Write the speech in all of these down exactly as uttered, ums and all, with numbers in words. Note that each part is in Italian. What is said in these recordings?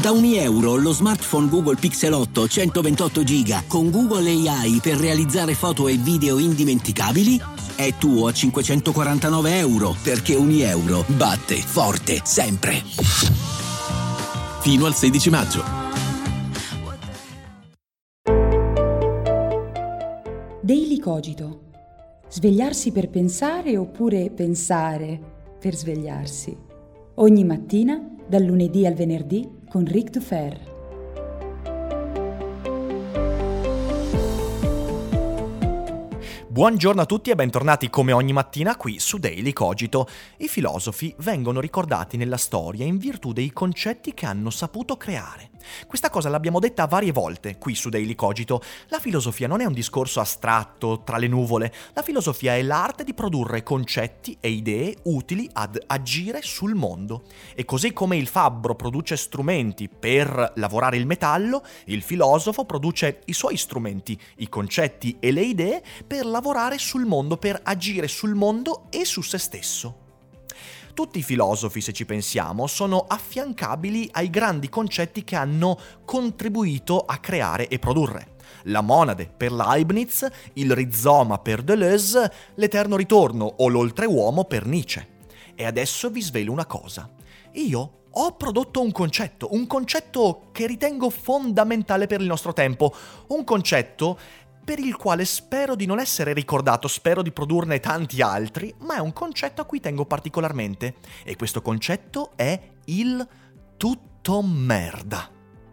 Da un euro lo smartphone Google Pixel otto centoventotto giga con Google A I per realizzare foto e video indimenticabili è tuo a cinquecentoquarantanove euro, perché un euro batte forte sempre. Fino al sedici maggio. Daily Cogito. Svegliarsi per pensare oppure pensare per svegliarsi. Ogni mattina, dal lunedì al venerdì, con Ric Dufer. Buongiorno a tutti e bentornati come ogni mattina qui su Daily Cogito. I filosofi vengono ricordati nella storia in virtù dei concetti che hanno saputo creare. Questa cosa l'abbiamo detta varie volte qui su Daily Cogito. La filosofia non è un discorso astratto tra le nuvole. La filosofia è l'arte di produrre concetti e idee utili ad agire sul mondo. E così come il fabbro produce strumenti per lavorare il metallo, il filosofo produce i suoi strumenti, i concetti e le idee per lavorare sul mondo, per agire sul mondo e su se stesso. Tutti i filosofi, se ci pensiamo, sono affiancabili ai grandi concetti che hanno contribuito a creare e produrre. La monade per Leibniz, il rizoma per Deleuze, l'eterno ritorno o l'oltreuomo per Nietzsche. E adesso vi svelo una cosa. Io ho prodotto un concetto, un concetto che ritengo fondamentale per il nostro tempo, un concetto per il quale spero di non essere ricordato, spero di produrne tanti altri, ma è un concetto a cui tengo particolarmente. E questo concetto è il tutto merda.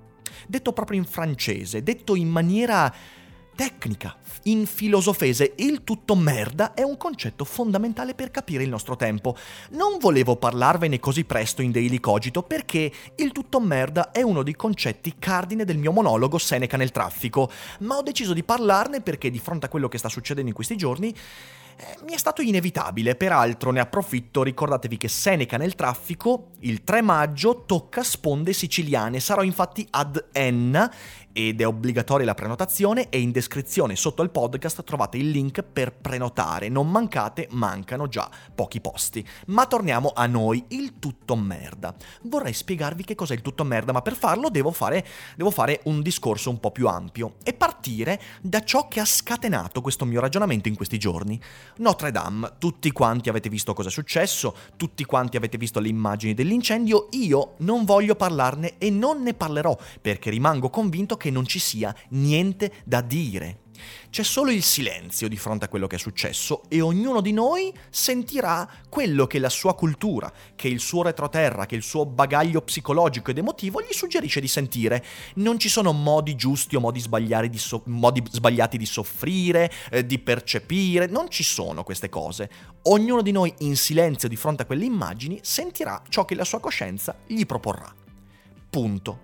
Detto proprio in francese, detto in maniera tecnica, in filosofese, il tutto merda è un concetto fondamentale per capire il nostro tempo. Non volevo parlarvene così presto in Daily Cogito perché il tutto merda è uno dei concetti cardine del mio monologo Seneca nel traffico, ma ho deciso di parlarne perché di fronte a quello che sta succedendo in questi giorni eh, mi è stato inevitabile. Peraltro ne approfitto, ricordatevi che Seneca nel traffico il tre maggio tocca sponde siciliane, sarò infatti ad Enna ed è obbligatoria la prenotazione e in descrizione sotto al podcast trovate il link per prenotare. Non mancate, mancano già pochi posti. Ma torniamo a noi, il tutto merda. Vorrei spiegarvi che cos'è il tutto merda, ma per farlo devo fare, devo fare un discorso un po' più ampio e partire da ciò che ha scatenato questo mio ragionamento in questi giorni. Notre Dame, tutti quanti avete visto cosa è successo, tutti quanti avete visto le immagini dell'incendio, io non voglio parlarne e non ne parlerò perché rimango convinto che non ci sia niente da dire. C'è solo il silenzio di fronte a quello che è successo e ognuno di noi sentirà quello che la sua cultura, che il suo retroterra, che il suo bagaglio psicologico ed emotivo gli suggerisce di sentire. Non ci sono modi giusti o modi, sbagliati di, so- modi sbagliati di soffrire, eh, di percepire, non ci sono queste cose. Ognuno di noi in silenzio di fronte a quelle immagini sentirà ciò che la sua coscienza gli proporrà. Punto.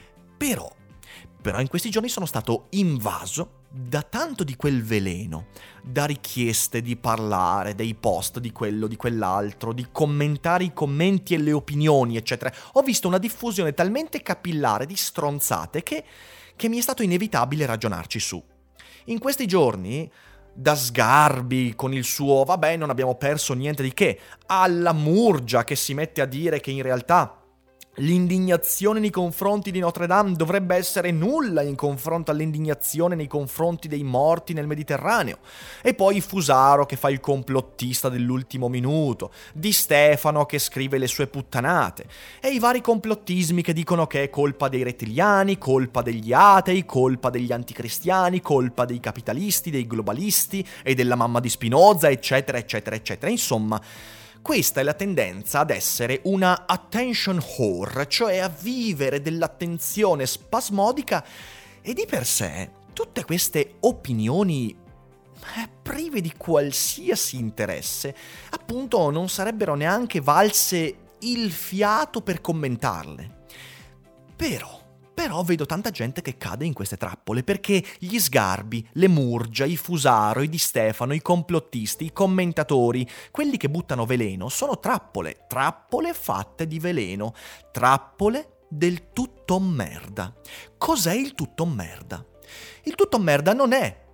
Però Però in questi giorni sono stato invaso da tanto di quel veleno, da richieste di parlare, dei post di quello, di quell'altro, di commentare i commenti e le opinioni, eccetera. Ho visto una diffusione talmente capillare di stronzate che, che mi è stato inevitabile ragionarci su. In questi giorni, da Sgarbi con il suo «vabbè, non abbiamo perso niente di che», alla Murgia che si mette a dire che in realtà l'indignazione nei confronti di Notre Dame dovrebbe essere nulla in confronto all'indignazione nei confronti dei morti nel Mediterraneo. E poi Fusaro che fa il complottista dell'ultimo minuto, Di Stefano che scrive le sue puttanate, e i vari complottismi che dicono che è colpa dei rettiliani, colpa degli atei, colpa degli anticristiani, colpa dei capitalisti, dei globalisti e della mamma di Spinoza, eccetera, eccetera, eccetera. Insomma, questa è la tendenza ad essere una attention whore, cioè a vivere dell'attenzione spasmodica, e di per sé tutte queste opinioni eh, prive di qualsiasi interesse, appunto non sarebbero neanche valse il fiato per commentarle. Però Però vedo tanta gente che cade in queste trappole, perché gli Sgarbi, le Murgia, i Fusaro, i Di Stefano, i complottisti, i commentatori, quelli che buttano veleno, sono trappole, trappole fatte di veleno, trappole del tutto merda. Cos'è il tutto merda? Il tutto merda non è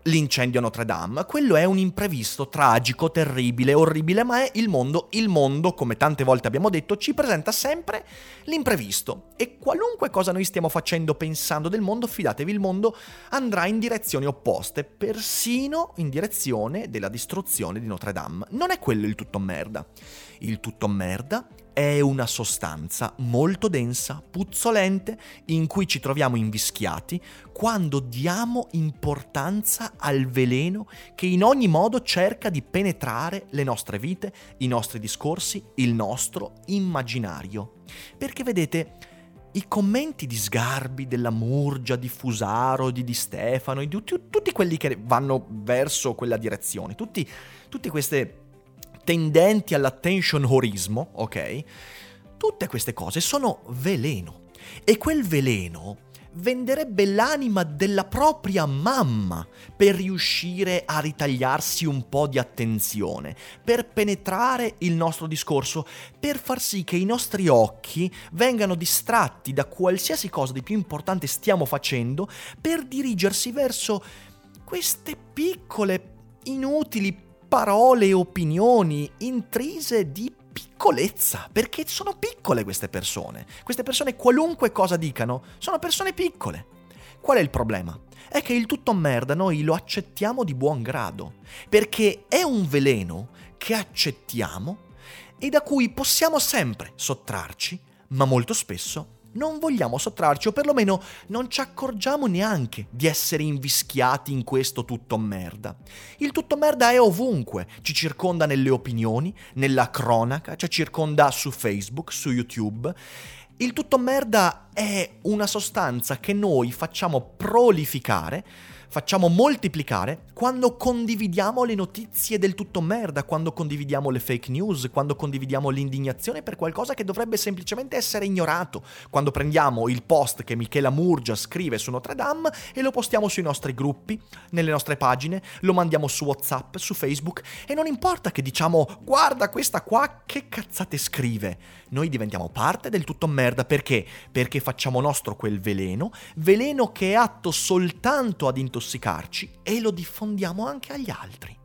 l'incendio a Notre Dame. Quello è un imprevisto tragico, terribile, orribile, ma è il mondo. Il mondo, come tante volte abbiamo detto, ci presenta sempre l'imprevisto. E qualunque cosa noi stiamo facendo, pensando del mondo, fidatevi, il mondo andrà in direzioni opposte, persino in direzione della distruzione di Notre Dame. Non è quello il tutto merda. Il tutto merda è una sostanza molto densa, puzzolente, in cui ci troviamo invischiati quando diamo importanza al veleno che in ogni modo cerca di penetrare le nostre vite, i nostri discorsi, il nostro immaginario. Perché vedete, i commenti di Sgarbi, della Murgia, di Fusaro, di Di Stefano, di tutti, tutti quelli che vanno verso quella direzione, tutti, tutte queste tendenti all'attention whorismo, ok? Tutte queste cose sono veleno. E quel veleno venderebbe l'anima della propria mamma per riuscire a ritagliarsi un po' di attenzione, per penetrare il nostro discorso, per far sì che i nostri occhi vengano distratti da qualsiasi cosa di più importante stiamo facendo, per dirigersi verso queste piccole, inutili parole e opinioni intrise di piccolezza, perché sono piccole queste persone. Queste persone, qualunque cosa dicano, sono persone piccole. Qual è il problema? È che il tutto merda noi lo accettiamo di buon grado, perché è un veleno che accettiamo e da cui possiamo sempre sottrarci, ma molto spesso non vogliamo sottrarci, o perlomeno non ci accorgiamo neanche di essere invischiati in questo tutto merda. Il tutto merda è ovunque, ci circonda nelle opinioni, nella cronaca, ci circonda su Facebook, su YouTube. Il tutto merda è una sostanza che noi facciamo prolificare, facciamo moltiplicare quando condividiamo le notizie del tutto merda, quando condividiamo le fake news, quando condividiamo l'indignazione per qualcosa che dovrebbe semplicemente essere ignorato, quando prendiamo il post che Michela Murgia scrive su Notre Dame e lo postiamo sui nostri gruppi, nelle nostre pagine, lo mandiamo su WhatsApp, su Facebook, e non importa che diciamo guarda questa qua che cazzate scrive, noi diventiamo parte del tutto merda. Perché? Perché facciamo nostro quel veleno, veleno che è atto soltanto ad intossicarci, e lo diffondiamo anche agli altri.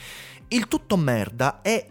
Il tutto merda è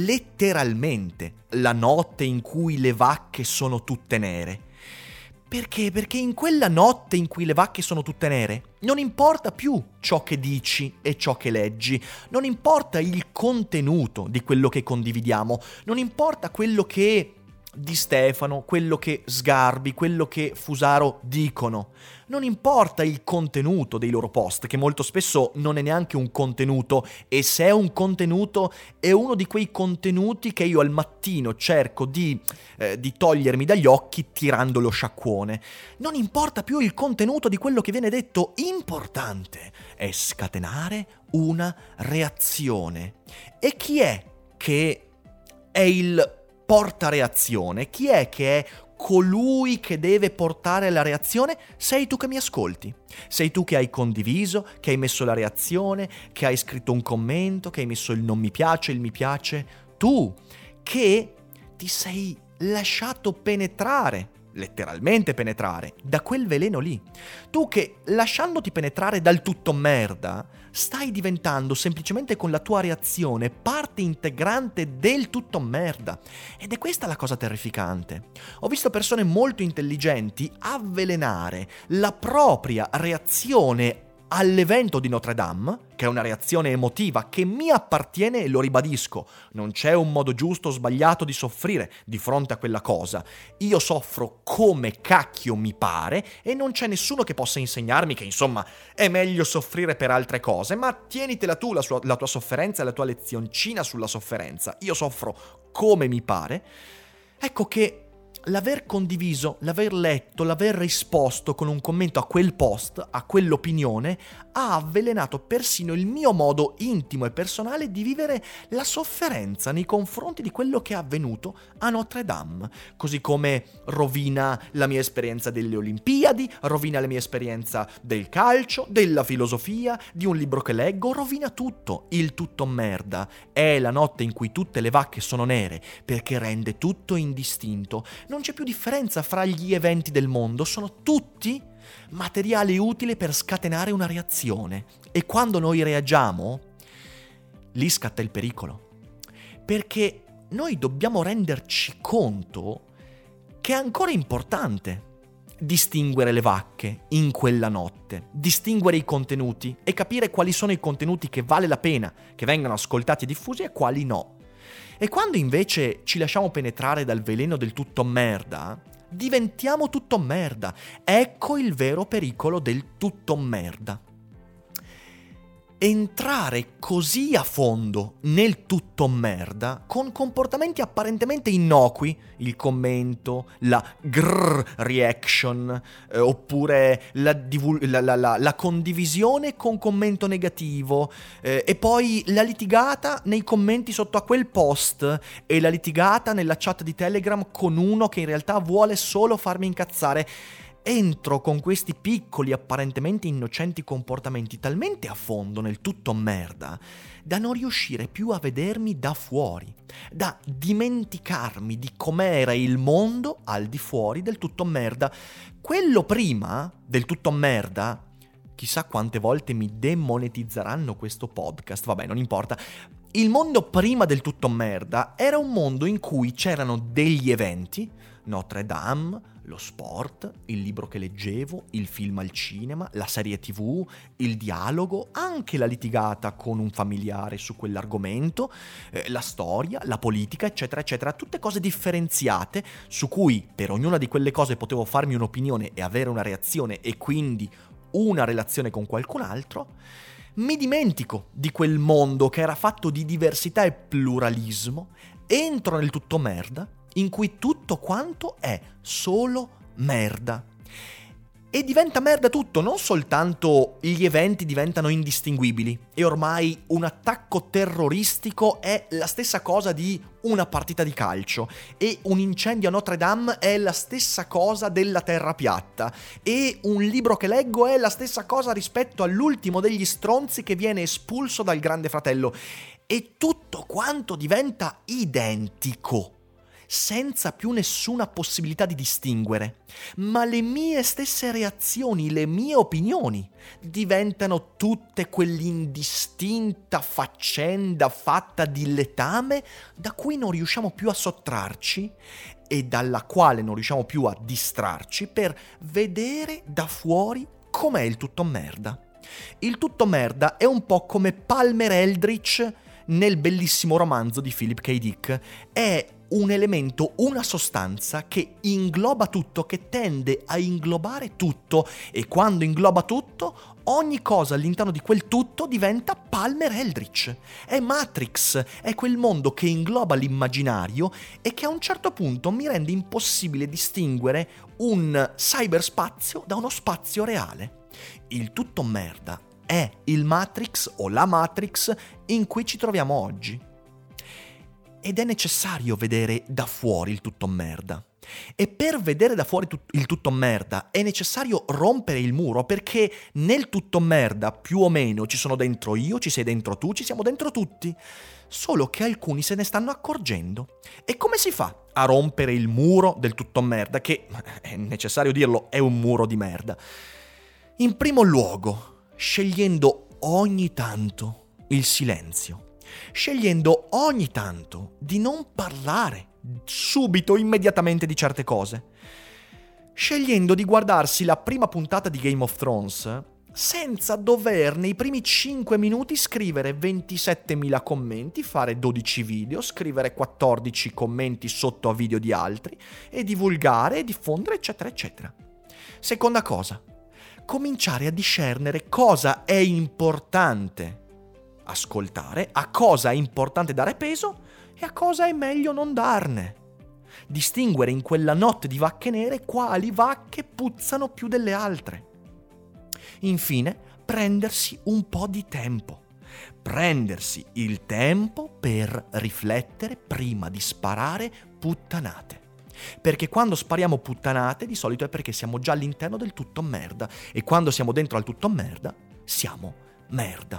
letteralmente la notte in cui le vacche sono tutte nere. Perché? Perché in quella notte in cui le vacche sono tutte nere non importa più ciò che dici e ciò che leggi, non importa il contenuto di quello che condividiamo, non importa quello che Di Stefano, quello che Sgarbi, quello che Fusaro dicono. Non importa il contenuto dei loro post, che molto spesso non è neanche un contenuto, e se è un contenuto è uno di quei contenuti che io al mattino cerco di, eh, di togliermi dagli occhi tirando lo sciacquone. Non importa più il contenuto di quello che viene detto, importante è scatenare una reazione. E chi è che è il porta reazione? Chi è che è colui che deve portare la reazione? Sei tu che mi ascolti. Sei tu che hai condiviso, che hai messo la reazione, che hai scritto un commento, che hai messo il non mi piace, il mi piace. Tu che ti sei lasciato penetrare, letteralmente penetrare, da quel veleno lì. Tu che, lasciandoti penetrare dal tutto merda, stai diventando semplicemente con la tua reazione parte integrante del tutto merda. Ed è questa la cosa terrificante. Ho visto persone molto intelligenti avvelenare la propria reazione all'evento di Notre Dame, che è una reazione emotiva che mi appartiene, e lo ribadisco, non c'è un modo giusto o sbagliato di soffrire di fronte a quella cosa. Io soffro come cacchio mi pare e non c'è nessuno che possa insegnarmi che insomma è meglio soffrire per altre cose, ma tienitela tu la, sua, la tua sofferenza e la tua lezioncina sulla sofferenza. Io soffro come mi pare. Ecco che l'aver condiviso, l'aver letto, l'aver risposto con un commento a quel post, a quell'opinione, ha avvelenato persino il mio modo intimo e personale di vivere la sofferenza nei confronti di quello che è avvenuto a Notre Dame. Così come rovina la mia esperienza delle Olimpiadi, rovina la mia esperienza del calcio, della filosofia, di un libro che leggo, rovina tutto. Il tutto merda è la notte in cui tutte le vacche sono nere, perché rende tutto indistinto. Non c'è più differenza fra gli eventi del mondo, sono tutti materiale utile per scatenare una reazione. E quando noi reagiamo, lì scatta il pericolo. Perché noi dobbiamo renderci conto che è ancora importante distinguere le vacche in quella notte, distinguere i contenuti e capire quali sono i contenuti che vale la pena che vengano ascoltati e diffusi e quali no. E quando invece ci lasciamo penetrare dal veleno del tutto merda, diventiamo tutto merda. Ecco il vero pericolo del tutto merda. Entrare così a fondo nel tutto merda con comportamenti apparentemente innocui, il commento, la grrr reaction, eh, oppure la, divul- la, la, la, la condivisione con commento negativo, eh, e poi la litigata nei commenti sotto a quel post e la litigata nella chat di Telegram con uno che in realtà vuole solo farmi incazzare. Entro con questi piccoli, apparentemente innocenti comportamenti talmente a fondo nel tutto merda da non riuscire più a vedermi da fuori, da dimenticarmi di com'era il mondo al di fuori del tutto merda. Quello prima del tutto merda, chissà quante volte mi demonetizzeranno questo podcast, vabbè, non importa. Il mondo prima del tutto merda era un mondo in cui c'erano degli eventi, Notre Dame, lo sport, il libro che leggevo, il film al cinema, la serie tivù, il dialogo, anche la litigata con un familiare su quell'argomento, eh, la storia, la politica, eccetera, eccetera. Tutte cose differenziate su cui per ognuna di quelle cose potevo farmi un'opinione e avere una reazione e quindi una relazione con qualcun altro. Mi dimentico di quel mondo che era fatto di diversità e pluralismo, entro nel tutto merda, in cui tutto quanto è solo merda. E diventa merda tutto, non soltanto gli eventi diventano indistinguibili e ormai un attacco terroristico è la stessa cosa di una partita di calcio e un incendio a Notre Dame è la stessa cosa della terra piatta e un libro che leggo è la stessa cosa rispetto all'ultimo degli stronzi che viene espulso dal Grande Fratello e tutto quanto diventa identico, senza più nessuna possibilità di distinguere, ma le mie stesse reazioni, le mie opinioni diventano tutte quell'indistinta faccenda fatta di letame da cui non riusciamo più a sottrarci e dalla quale non riusciamo più a distrarci per vedere da fuori com'è il tutto merda. Il tutto merda è un po' come Palmer Eldritch nel bellissimo romanzo di Philip K. Dick. È un elemento, una sostanza che ingloba tutto, che tende a inglobare tutto e quando ingloba tutto, ogni cosa all'interno di quel tutto diventa Palmer Eldritch. È Matrix, è quel mondo che ingloba l'immaginario e che a un certo punto mi rende impossibile distinguere un cyberspazio da uno spazio reale. Il tutto merda è il Matrix o la Matrix in cui ci troviamo oggi. Ed è necessario vedere da fuori il tutto merda. E per vedere da fuori tut- il tutto merda è necessario rompere il muro, perché nel tutto merda più o meno ci sono dentro io, ci sei dentro tu, ci siamo dentro tutti. Solo che alcuni se ne stanno accorgendo. E come si fa a rompere il muro del tutto merda, che, è necessario dirlo, è un muro di merda? In primo luogo, scegliendo ogni tanto il silenzio. Scegliendo ogni tanto di non parlare subito, immediatamente di certe cose. Scegliendo di guardarsi la prima puntata di Game of Thrones senza dover nei primi cinque minuti scrivere ventisettemila commenti, fare dodici video, scrivere quattordici commenti sotto a video di altri e divulgare e diffondere, eccetera, eccetera. Seconda cosa, cominciare a discernere cosa è importante ascoltare, a cosa è importante dare peso e a cosa è meglio non darne. Distinguere in quella notte di vacche nere quali vacche puzzano più delle altre. Infine, prendersi un po' di tempo. Prendersi il tempo per riflettere prima di sparare puttanate. Perché quando spariamo puttanate di solito è perché siamo già all'interno del tutto merda e quando siamo dentro al tutto merda siamo merda.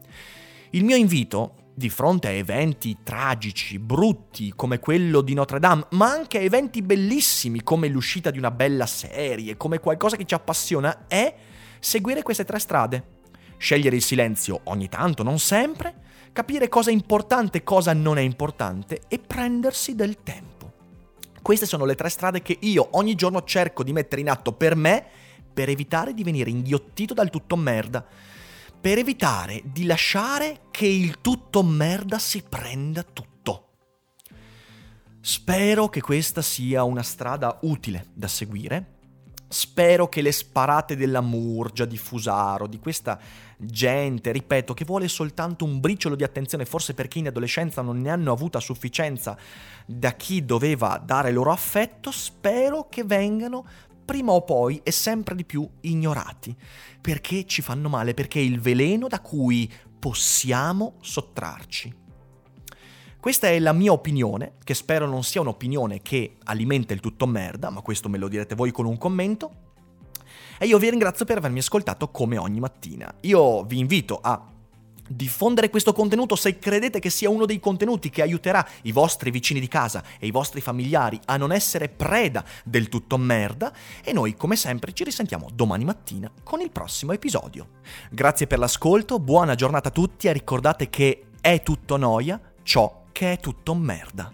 Il mio invito, di fronte a eventi tragici, brutti come quello di Notre Dame, ma anche a eventi bellissimi come l'uscita di una bella serie, come qualcosa che ci appassiona, è seguire queste tre strade. Scegliere il silenzio ogni tanto, non sempre, capire cosa è importante e cosa non è importante e prendersi del tempo. Queste sono le tre strade che io ogni giorno cerco di mettere in atto per me, per evitare di venire inghiottito dal tutto merda, per evitare di lasciare che il tutto merda si prenda tutto. Spero che questa sia una strada utile da seguire. Spero che le sparate della Murgia, di Fusaro, di questa gente, ripeto, che vuole soltanto un briciolo di attenzione, forse perché in adolescenza non ne hanno avuta a sufficienza da chi doveva dare loro affetto, spero che vengano prima o poi e sempre di più ignorati, perché ci fanno male, perché è il veleno da cui possiamo sottrarci. Questa è la mia opinione, che spero non sia un'opinione che alimenta il tutto merda, ma questo me lo direte voi con un commento. E io vi ringrazio per avermi ascoltato come ogni mattina. Io vi invito a diffondere questo contenuto se credete che sia uno dei contenuti che aiuterà i vostri vicini di casa e i vostri familiari a non essere preda del tutto merda, e noi come sempre ci risentiamo domani mattina con il prossimo episodio. Grazie per l'ascolto, buona giornata a tutti e ricordate che è tutto noia ciò che è tutto merda.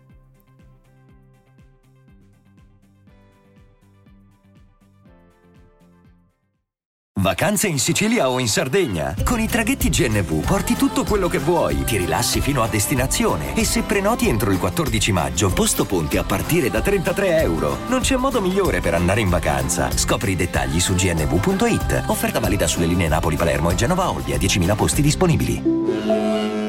Vacanze in Sicilia o in Sardegna? Con i traghetti G N V porti tutto quello che vuoi, ti rilassi fino a destinazione e se prenoti entro il quattordici maggio, posto ponti a partire da trentatré euro. Non c'è modo migliore per andare in vacanza. Scopri i dettagli su g n v punto i t. Offerta valida sulle linee Napoli-Palermo e Genova-Olbia, diecimila posti disponibili.